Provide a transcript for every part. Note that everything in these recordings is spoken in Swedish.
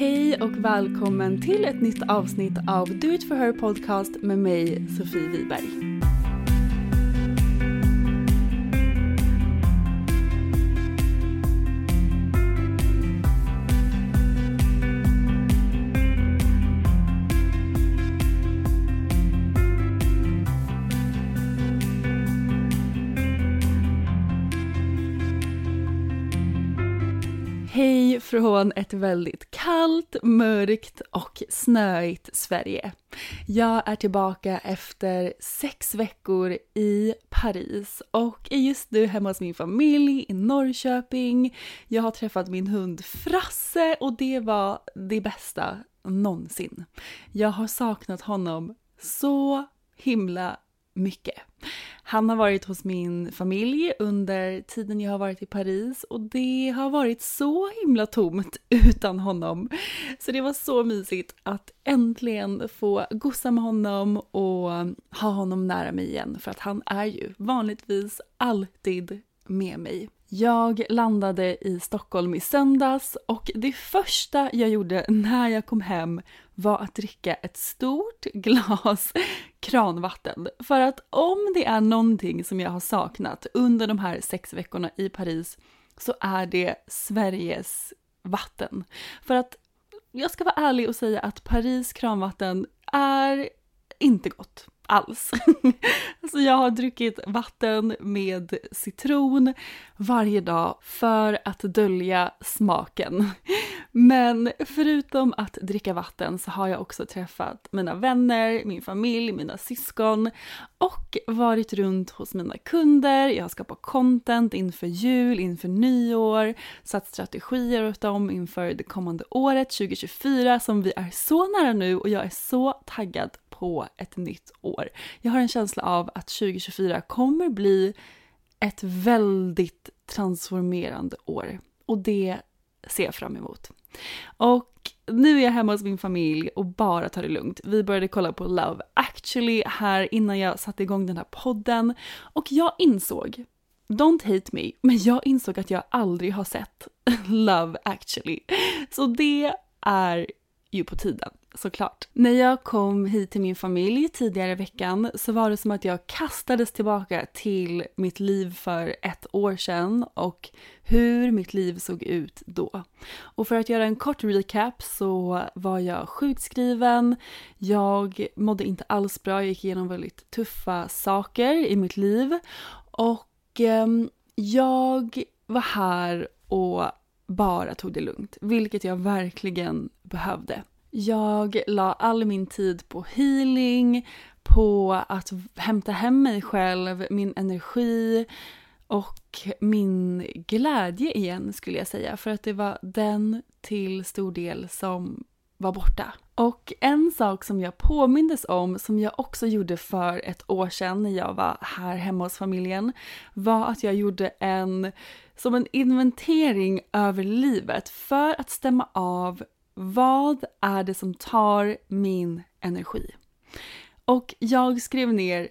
Hej och välkommen till ett nytt avsnitt av Do It For Her podcast med mig, Sofie Wiberg. Hej från ett väldigt kallt, mörkt och snöigt Sverige. Jag är tillbaka efter 6 veckor i Paris och är just nu hemma hos min familj i Norrköping. Jag har träffat min hund Frasse och det var det bästa någonsin. Jag har saknat honom så himla mycket. Han har varit hos min familj under tiden jag har varit i Paris och det har varit så himla tomt utan honom. Så det var så mysigt att äntligen få gossa med honom och ha honom nära mig igen, för att han är ju vanligtvis alltid med mig. Jag landade i Stockholm i söndags och det första jag gjorde när jag kom hem var att dricka ett stort glas kranvatten. För att om det är någonting som jag har saknat under de här 6 veckorna i Paris så är det Sveriges vatten. För att jag ska vara ärlig och säga att Paris kranvatten är inte gott alls. Så jag har druckit vatten med citron varje dag för att dölja smaken. Men förutom att dricka vatten så har jag också träffat mina vänner, min familj, mina syskon och varit runt hos mina kunder. Jag har skapat content inför jul, inför nyår, satt strategier åt dem inför det kommande året 2024 som vi är så nära nu, och jag är så taggad på ett nytt år. Jag har en känsla av att 2024 kommer bli ett väldigt transformerande år och det ser jag fram emot. Och nu är jag hemma hos min familj och bara tar det lugnt. Vi började kolla på Love Actually här innan jag satte igång den här podden och jag insåg, don't hate me, men jag insåg att jag aldrig har sett Love Actually. Så det är ju på tiden, såklart. När jag kom hit till min familj tidigare i veckan så var det som att jag kastades tillbaka till mitt liv för 1 år sedan och hur mitt liv såg ut då. Och för att göra en kort recap så var jag sjukskriven, jag mådde inte alls bra, jag gick igenom väldigt tuffa saker i mitt liv och jag var här och bara tog det lugnt, vilket jag verkligen behövde. Jag la all min tid på healing, på att hämta hem mig själv, min energi och min glädje igen, skulle jag säga. För att det var den till stor del som var borta. Och en sak som jag påmindes om, som jag också gjorde för 1 år sedan när jag var här hemma hos familjen, var att jag gjorde en inventering över livet för att stämma av vad är det som tar min energi. Och jag skrev ner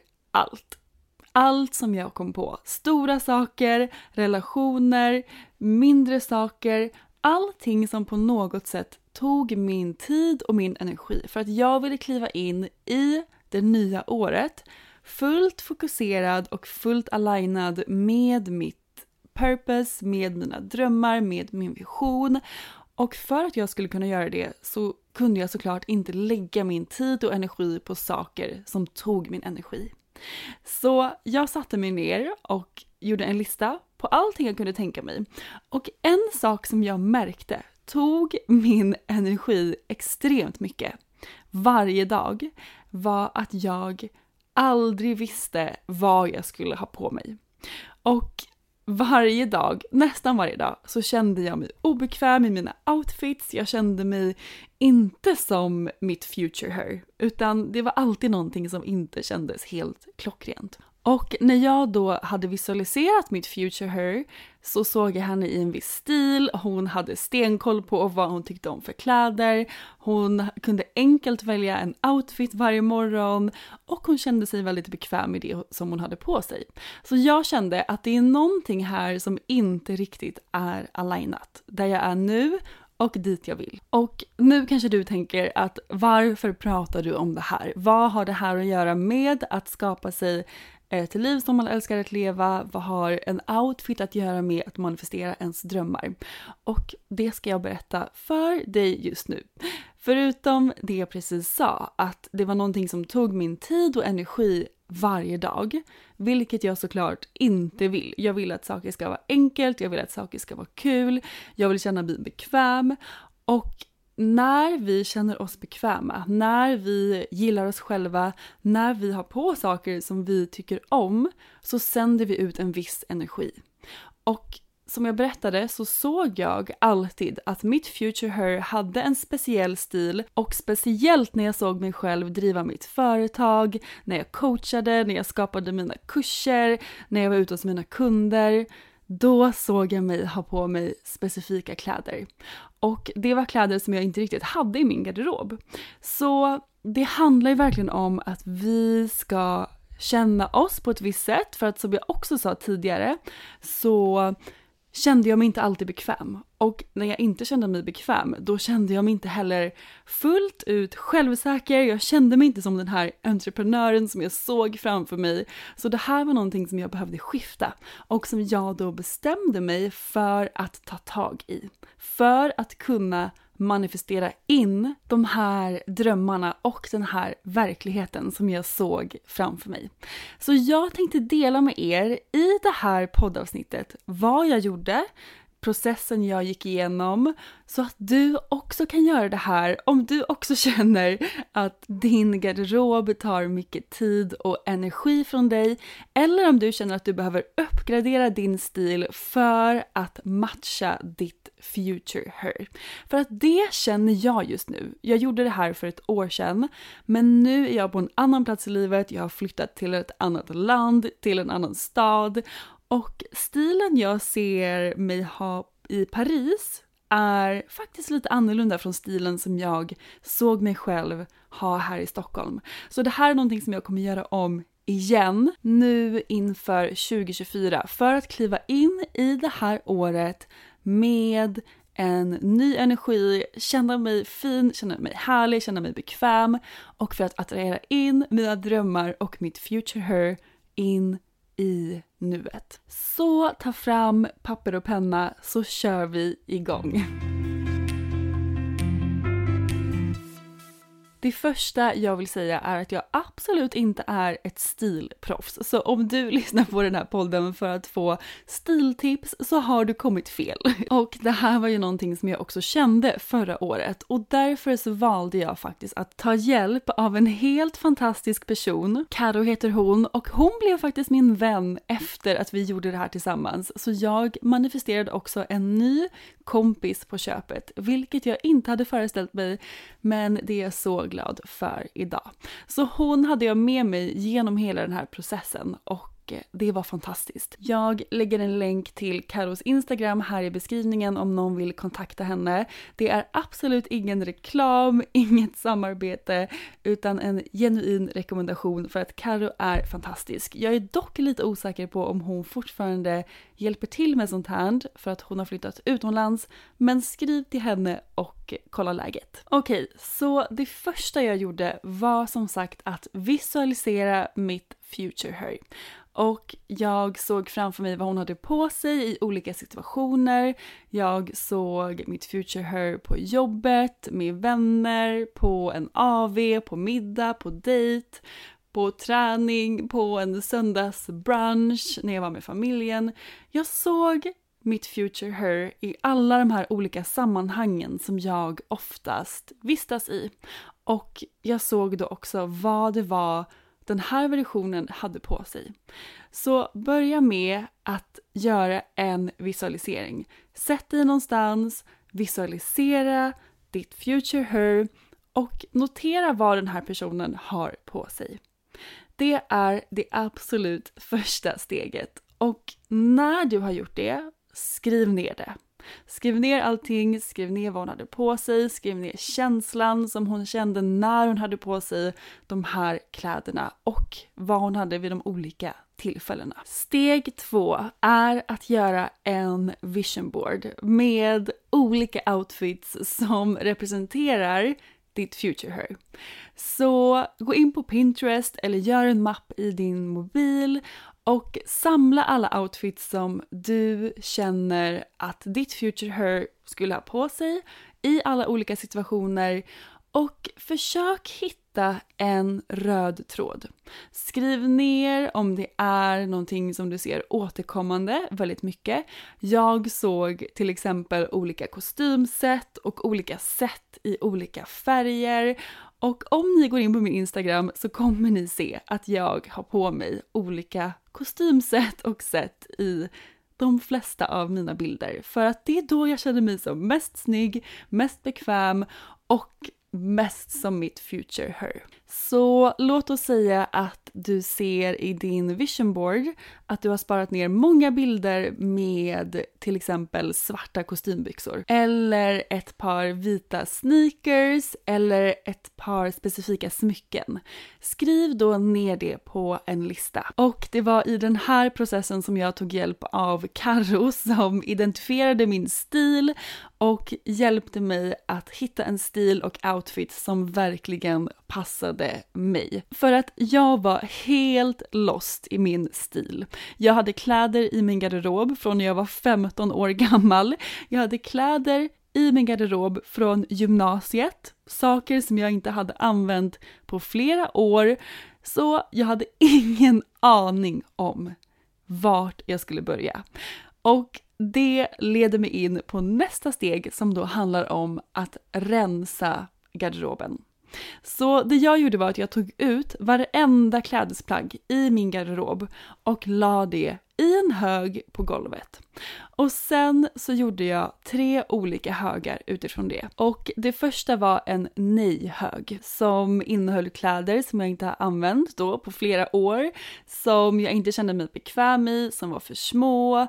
allt som jag kom på. Stora saker, relationer, mindre saker, allting som på något sätt tog min tid och min energi. För att jag ville kliva in i det nya året fullt fokuserad och fullt alignad med mitt purpose, med mina drömmar, med min vision. Och för att jag skulle kunna göra det så kunde jag såklart inte lägga min tid och energi på saker som tog min energi. Så jag satte mig ner och gjorde en lista på allting jag kunde tänka mig. Och en sak som jag märkte tog min energi extremt mycket varje dag var att jag aldrig visste vad jag skulle ha på mig. Och varje dag, nästan varje dag, så kände jag mig obekväm i mina outfits. Jag kände mig inte som mitt future her, utan det var alltid någonting som inte kändes helt klockrent. Och när jag då hade visualiserat mitt future her så såg jag henne i en viss stil. Hon hade stenkoll på vad hon tyckte om för kläder. Hon kunde enkelt välja en outfit varje morgon och hon kände sig väldigt bekväm med det som hon hade på sig. Så jag kände att det är någonting här som inte riktigt är alignat. Där jag är nu och dit jag vill. Och nu kanske du tänker att varför pratar du om det här? Vad har det här att göra med att skapa sig ett liv som man älskar att leva? Vad har en outfit att göra med att manifestera ens drömmar? Och det ska jag berätta för dig just nu. Förutom det jag precis sa, att det var någonting som tog min tid och energi varje dag, vilket jag såklart inte vill. Jag vill att saker ska vara enkelt, jag vill att saker ska vara kul, jag vill känna mig bekväm. Och när vi känner oss bekväma, när vi gillar oss själva, när vi har på saker som vi tycker om, så sänder vi ut en viss energi. Och som jag berättade så såg jag alltid att mitt future her hade en speciell stil, och speciellt när jag såg mig själv driva mitt företag, när jag coachade, när jag skapade mina kurser, när jag var ute hos mina kunder, då såg jag mig ha på mig specifika kläder. Och det var kläder som jag inte riktigt hade i min garderob. Så det handlar ju verkligen om att vi ska känna oss på ett visst sätt, för att som jag också sa tidigare så kände jag mig inte alltid bekväm. Och när jag inte kände mig bekväm, då kände jag mig inte heller fullt ut självsäker. Jag kände mig inte som den här entreprenören som jag såg framför mig. Så det här var någonting som jag behövde skifta. Och som jag då bestämde mig för att ta tag i. För att kunna manifestera in de här drömmarna och den här verkligheten som jag såg framför mig. Så jag tänkte dela med er i det här poddavsnittet vad jag gjorde, processen jag gick igenom, så att du också kan göra det här om du också känner att din garderob tar mycket tid och energi från dig, eller om du känner att du behöver uppgradera din stil för att matcha ditt future her. För att det känner jag just nu. Jag gjorde det här för ett år sedan, men nu är jag på en annan plats i livet. Jag har flyttat till ett annat land, till en annan stad, och stilen jag ser mig ha i Paris är faktiskt lite annorlunda från stilen som jag såg mig själv ha här i Stockholm. Så det här är någonting som jag kommer göra om igen nu inför 2024 för att kliva in i det här året med en ny energi, känna mig fin, känna mig härlig, känna mig bekväm, och för att attrahera in mina drömmar och mitt future her in i nuet. Så ta fram papper och penna så kör vi igång. Det första jag vill säga är att jag absolut inte är ett stilproffs. Så om du lyssnar på den här podden för att få stiltips så har du kommit fel. Och det här var ju någonting som jag också kände förra året. Och därför så valde jag faktiskt att ta hjälp av en helt fantastisk person. Karo heter hon, och hon blev faktiskt min vän efter att vi gjorde det här tillsammans. Så jag manifesterade också en ny kompis på köpet, vilket jag inte hade föreställt mig, men det är jag så glad för idag. Så hon hade jag med mig genom hela den här processen, och det var fantastiskt. Jag lägger en länk till Karos Instagram här i beskrivningen om någon vill kontakta henne. Det är absolut ingen reklam, inget samarbete, utan en genuin rekommendation för att Karo är fantastisk. Jag är dock lite osäker på om hon fortfarande hjälper till med sånt här för att hon har flyttat utomlands, men skriv till henne och kolla läget. Okej, så det första jag gjorde var som sagt att visualisera mitt future her. Och jag såg framför mig vad hon hade på sig i olika situationer. Jag såg mitt future her på jobbet, med vänner, på en AV, på middag, på dejt, på träning, på en söndagsbrunch när jag var med familjen. Jag såg mitt future her i alla de här olika sammanhangen som jag oftast vistas i. Och jag såg då också vad det var den här versionen hade på sig. Så börja med att göra en visualisering. Sätt dig någonstans, visualisera ditt future her och notera vad den här personen har på sig. Det är det absolut första steget. Och när du har gjort det, skriv ner det. Skriv ner allting, skriv ner vad hon hade på sig, skriv ner känslan som hon kände när hon hade på sig de här kläderna och vad hon hade vid de olika tillfällena. Steg 2 är att göra en vision board med olika outfits som representerar ditt future her. Så gå in på Pinterest eller gör en mapp i din mobil och samla alla outfits som du känner att ditt future her skulle ha på sig i alla olika situationer och försök hitta en röd tråd. Skriv ner om det är någonting som du ser återkommande väldigt mycket. Jag såg till exempel olika kostymset och olika set i olika färger. Och om ni går in på min Instagram så kommer ni se att jag har på mig olika kostymset och set i de flesta av mina bilder. För att det är då jag känner mig som mest snygg, mest bekväm och mest som mitt future her. Så låt oss säga att du ser i din vision board att du har sparat ner många bilder med till exempel svarta kostymbyxor eller ett par vita sneakers eller ett par specifika smycken. Skriv då ner det på en lista. Och det var i den här processen som jag tog hjälp av Karo som identifierade min stil och hjälpte mig att hitta en stil och outfit som verkligen passade mig. För att jag var helt lost i min stil. Jag hade kläder i min garderob från när jag var 15 år gammal. Jag hade kläder i min garderob från gymnasiet. Saker som jag inte hade använt på flera år. Så jag hade ingen aning om vart jag skulle börja. Och det leder mig in på nästa steg som då handlar om att rensa garderoben. Så det jag gjorde var att jag tog ut varenda klädesplagg i min garderob och la det i en hög på golvet. Och sen så gjorde jag 3 olika högar utifrån det. Och det första var en nej-hög som innehöll kläder som jag inte har använt då på flera år. Som jag inte kände mig bekväm i, som var för små,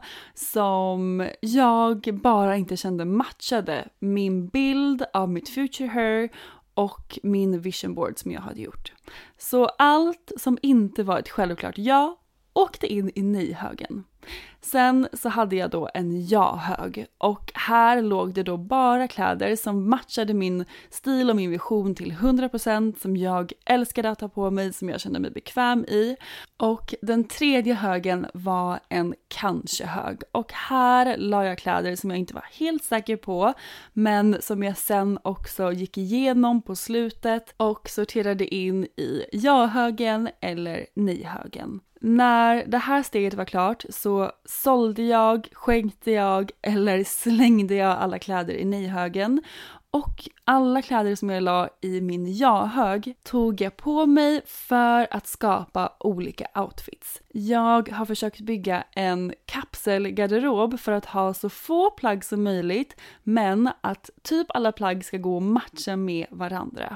som jag bara inte kände matchade min bild av mitt future her och min vision board som jag hade gjort. Så allt som inte var ett självklart ja åkte in i nej-högen. Sen så hade jag då en ja-hög och här låg det då bara kläder som matchade min stil och min vision till 100%, som jag älskade att ha på mig, som jag kände mig bekväm i. Och den tredje högen var en kanske-hög och här la jag kläder som jag inte var helt säker på men som jag sen också gick igenom på slutet och sorterade in i ja-högen eller nej-högen. När det här steget var klart så sålde jag, skänkte jag eller slängde jag alla kläder i nej-högen. Och alla kläder som jag la i min ja-hög tog jag på mig för att skapa olika outfits. Jag har försökt bygga en kapselgarderob för att ha så få plagg som möjligt, men att typ alla plagg ska gå och matcha med varandra.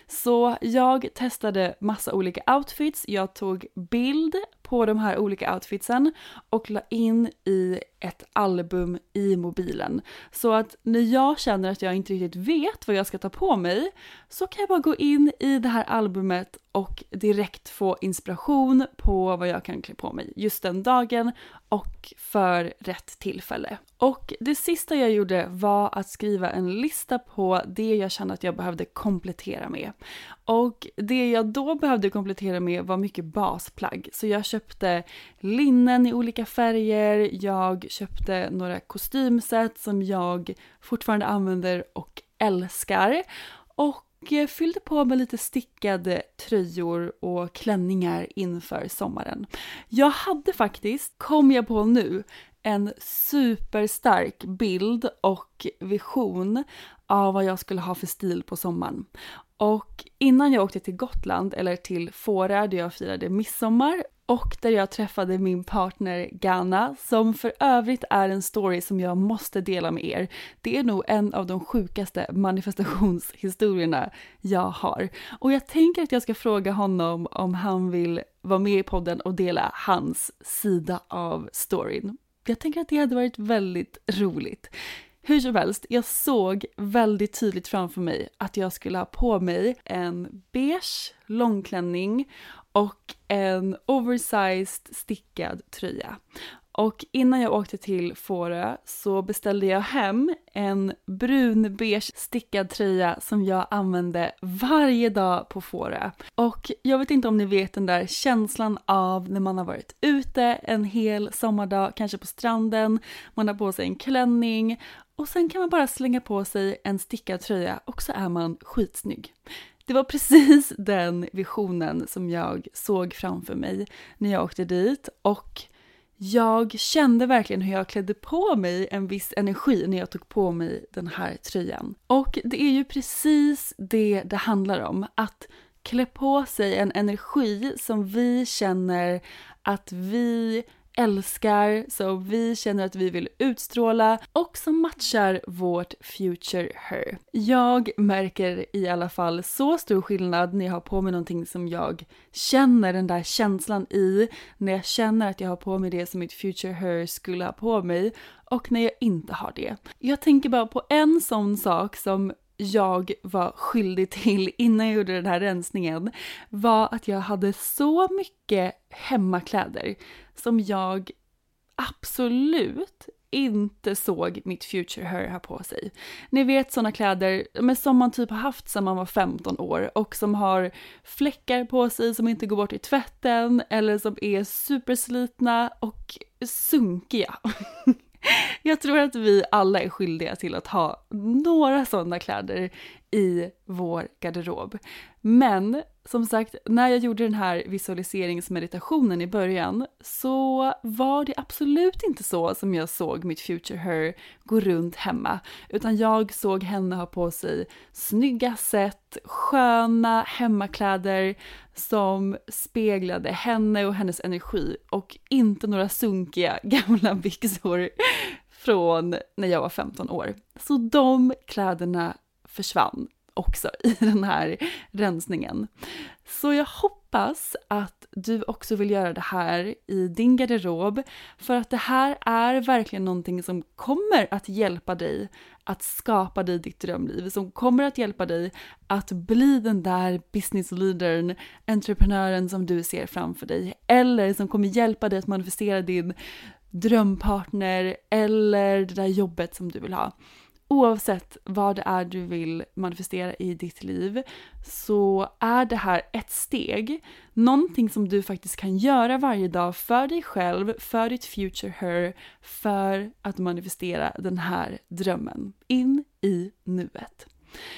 Så jag testade massa olika outfits, jag tog bild på de här olika outfitsen och la in i ett album i mobilen. Så att när jag känner att jag inte riktigt vet vad jag ska ta på mig så kan jag bara gå in i det här albumet och direkt få inspiration på vad jag kan klä på mig just den dagen och för rätt tillfälle. Och det sista jag gjorde var att skriva en lista på det jag kände att jag behövde komplettera med. Och det jag då behövde komplettera med var mycket basplagg. Så jag köpte linnen i olika färger, jag köpte några kostymset som jag fortfarande använder och älskar. Och fyllde på med lite stickade tröjor och klänningar inför sommaren. Jag hade faktiskt, kom jag på nu, en superstark bild och vision av vad jag skulle ha för stil på sommaren. Och innan jag åkte till Gotland eller till Fårö där jag firade midsommar och där jag träffade min partner Ghana, som för övrigt är en story som jag måste dela med er. Det är nog en av de sjukaste manifestationshistorierna jag har. Och jag tänker att jag ska fråga honom om han vill vara med i podden och dela hans sida av storyn. Jag tänker att det hade varit väldigt roligt. Hur som helst, jag såg väldigt tydligt framför mig att jag skulle ha på mig en beige långklänning och en oversized stickad tröja. Och innan jag åkte till Fårö så beställde jag hem en brunbeige stickad tröja som jag använde varje dag på Fårö. Och jag vet inte om ni vet den där känslan av när man har varit ute en hel sommardag, kanske på stranden, man har på sig en klänning och sen kan man bara slänga på sig en stickad tröja och så är man skitsnygg. Det var precis den visionen som jag såg framför mig när jag åkte dit och jag kände verkligen hur jag klädde på mig en viss energi när jag tog på mig den här tröjan. Och det är ju precis det handlar om, att klä på sig en energi som vi känner att vi älskar, så vi känner att vi vill utstråla och som matchar vårt future her. Jag märker i alla fall så stor skillnad när jag har på mig någonting som jag känner den där känslan i, när jag känner att jag har på mig det som mitt future her skulle ha på mig och när jag inte har det. Jag tänker bara på en sån sak som jag var skyldig till innan jag gjorde den här rensningen, var att jag hade så mycket hemmakläder som jag absolut inte såg mitt future her ha på sig. Ni vet såna kläder men som man typ har haft sedan man var 15 år och som har fläckar på sig som inte går bort i tvätten eller som är superslitna och sunkiga. Jag tror att vi alla är skyldiga till att ha några sådana kläder i vår garderob. Men som sagt, när jag gjorde den här visualiseringsmeditationen i början så var det absolut inte så som jag såg mitt future her gå runt hemma. Utan jag såg henne ha på sig snygga set, sköna hemmakläder som speglade henne och hennes energi och inte några sunkiga gamla byxor från när jag var 15 år. Så de kläderna försvann också i den här rensningen. Så jag hoppas att du också vill göra det här i din garderob, för att det här är verkligen någonting som kommer att hjälpa dig att skapa dig ditt drömliv, som kommer att hjälpa dig att bli den där business leadern, entreprenören som du ser framför dig, eller som kommer hjälpa dig att manifestera din drömpartner eller det där jobbet som du vill ha. Oavsett vad det är du vill manifestera i ditt liv så är det här ett steg, någonting som du faktiskt kan göra varje dag för dig själv, för ditt future her, för att manifestera den här drömmen in i nuet.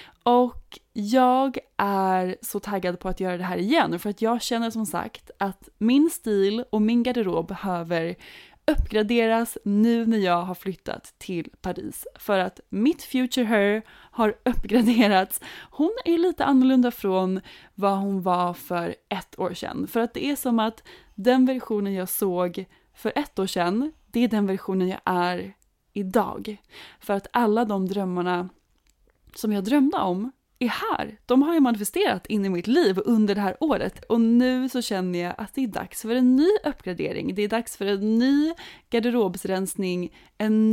Och jag är så taggad på att göra det här igen, för att jag känner som sagt att min stil och min garderob behöver uppgraderas nu när jag har flyttat till Paris, för att mitt future her har uppgraderats. Hon är lite annorlunda från vad hon var för 1 år sedan, för att det är som att den versionen jag såg för 1 år sedan, det är den versionen jag är idag. För att alla de drömmarna som jag drömde om är här. De har jag manifesterat in i mitt liv under det här året. Och nu så känner jag att det är dags för en ny uppgradering. Det är dags för en ny garderobsrensning. En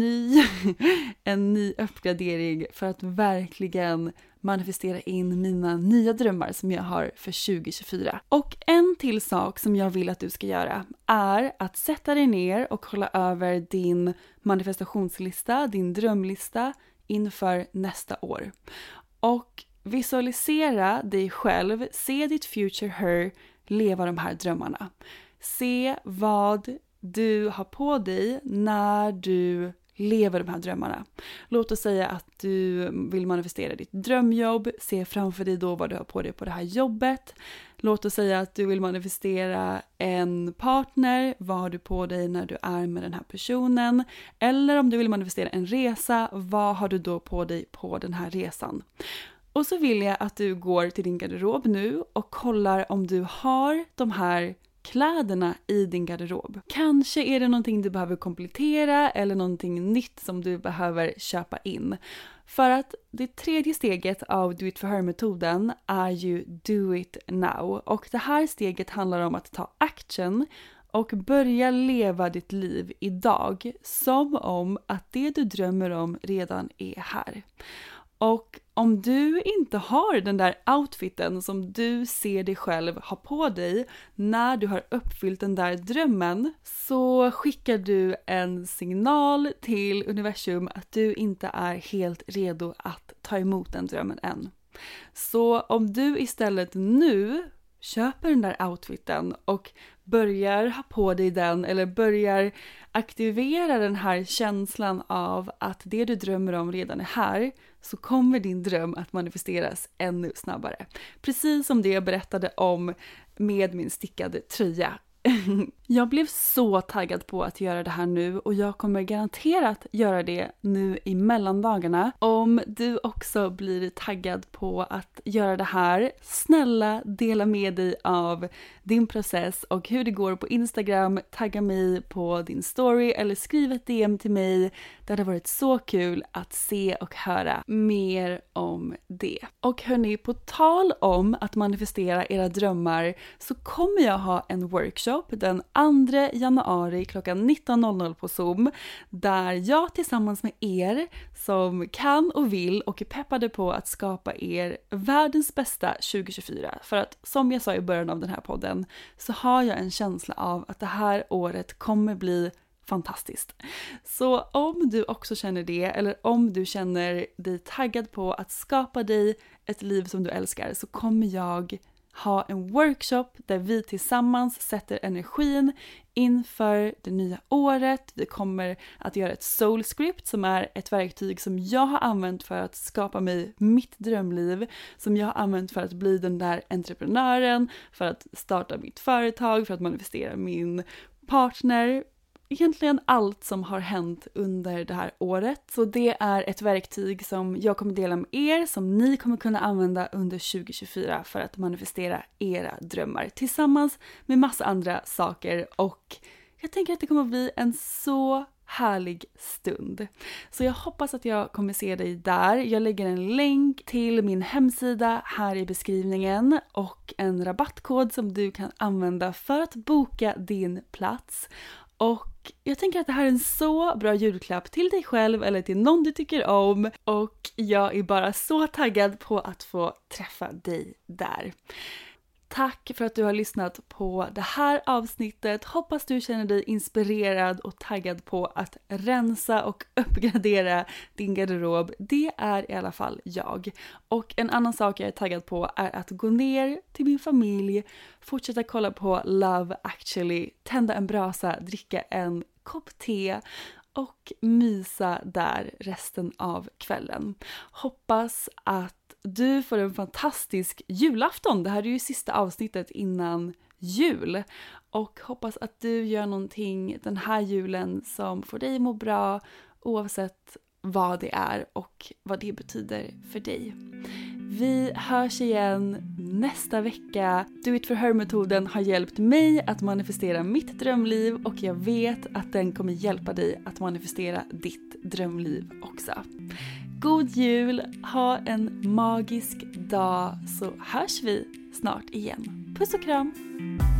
ny uppgradering för att verkligen manifestera in mina nya drömmar som jag har för 2024. Och en till sak som jag vill att du ska göra är att sätta dig ner och kolla över din manifestationslista, din drömlista inför nästa år. Och visualisera dig själv, se ditt future her leva de här drömmarna. Se vad du har på dig när du lever de här drömmarna. Låt oss säga att du vill manifestera ditt drömjobb, se framför dig då vad du har på dig på det här jobbet. Låt oss säga att du vill manifestera en partner, vad har du på dig när du är med den här personen? Eller om du vill manifestera en resa, vad har du då på dig på den här resan? Och så vill jag att du går till din garderob nu och kollar om du har de här kläderna i din garderob. Kanske är det någonting du behöver komplettera eller någonting nytt som du behöver köpa in. För att det tredje steget av Do It For Her-metoden är ju Do It Now. Och det här steget handlar om att ta action och börja leva ditt liv idag som om att det du drömmer om redan är här. Och om du inte har den där outfiten som du ser dig själv ha på dig när du har uppfyllt den där drömmen, så skickar du en signal till universum att du inte är helt redo att ta emot den drömmen än. Så om du istället nu köper den där outfiten och börjar ha på dig den eller börjar aktivera den här känslan av att det du drömmer om redan är här, så kommer din dröm att manifesteras ännu snabbare. Precis som det jag berättade om med min stickade tröja. Jag blev så taggad på att göra det här nu och jag kommer garanterat göra det nu i mellandagarna. Om du också blir taggad på att göra det här, snälla dela med dig av din process och hur det går på Instagram. Tagga mig på din story eller skriv ett DM till mig. Det hade varit så kul att se och höra mer om det. Och hörni, på tal om att manifestera era drömmar så kommer jag ha en workshop den 2 januari klockan 19.00 på Zoom, där jag tillsammans med er som kan och vill och är peppade på att skapa er världens bästa 2024. För att som jag sa i början av den här podden så har jag en känsla av att det här året kommer bli fantastiskt. Så om du också känner det, eller om du känner dig taggad på att skapa dig ett liv som du älskar, så kommer jag ha en workshop där vi tillsammans sätter energin inför det nya året. Vi kommer att göra ett soul script som är ett verktyg som jag har använt för att skapa mig mitt drömliv, som jag har använt för att bli den där entreprenören, för att starta mitt företag, för att manifestera min partner. Egentligen allt som har hänt under det här året. Så det är ett verktyg som jag kommer dela med er, som ni kommer kunna använda under 2024 för att manifestera era drömmar tillsammans med massa andra saker. Och jag tänker att det kommer bli en så härlig stund. Så jag hoppas att jag kommer se dig där. Jag lägger en länk till min hemsida här i beskrivningen och en rabattkod som du kan använda för att boka din plats. Och jag tänker att det här är en så bra julklapp till dig själv eller till någon du tycker om. Och jag är bara så taggad på att få träffa dig där. Tack för att du har lyssnat på det här avsnittet. Hoppas du känner dig inspirerad och taggad på att rensa och uppgradera din garderob. Det är i alla fall jag. Och en annan sak jag är taggad på är att gå ner till min familj, fortsätta kolla på Love Actually, tända en brasa, dricka en kopp te och mysa där resten av kvällen. Hoppas att du får en fantastisk julafton. Det här är ju sista avsnittet innan jul. Och hoppas att du gör någonting den här julen som får dig må bra oavsett vad det är och vad det betyder för dig. Vi hörs igen nästa vecka. Do it for her-metoden har hjälpt mig att manifestera mitt drömliv och jag vet att den kommer hjälpa dig att manifestera ditt drömliv också. God jul, ha en magisk dag så hörs vi snart igen. Puss och kram!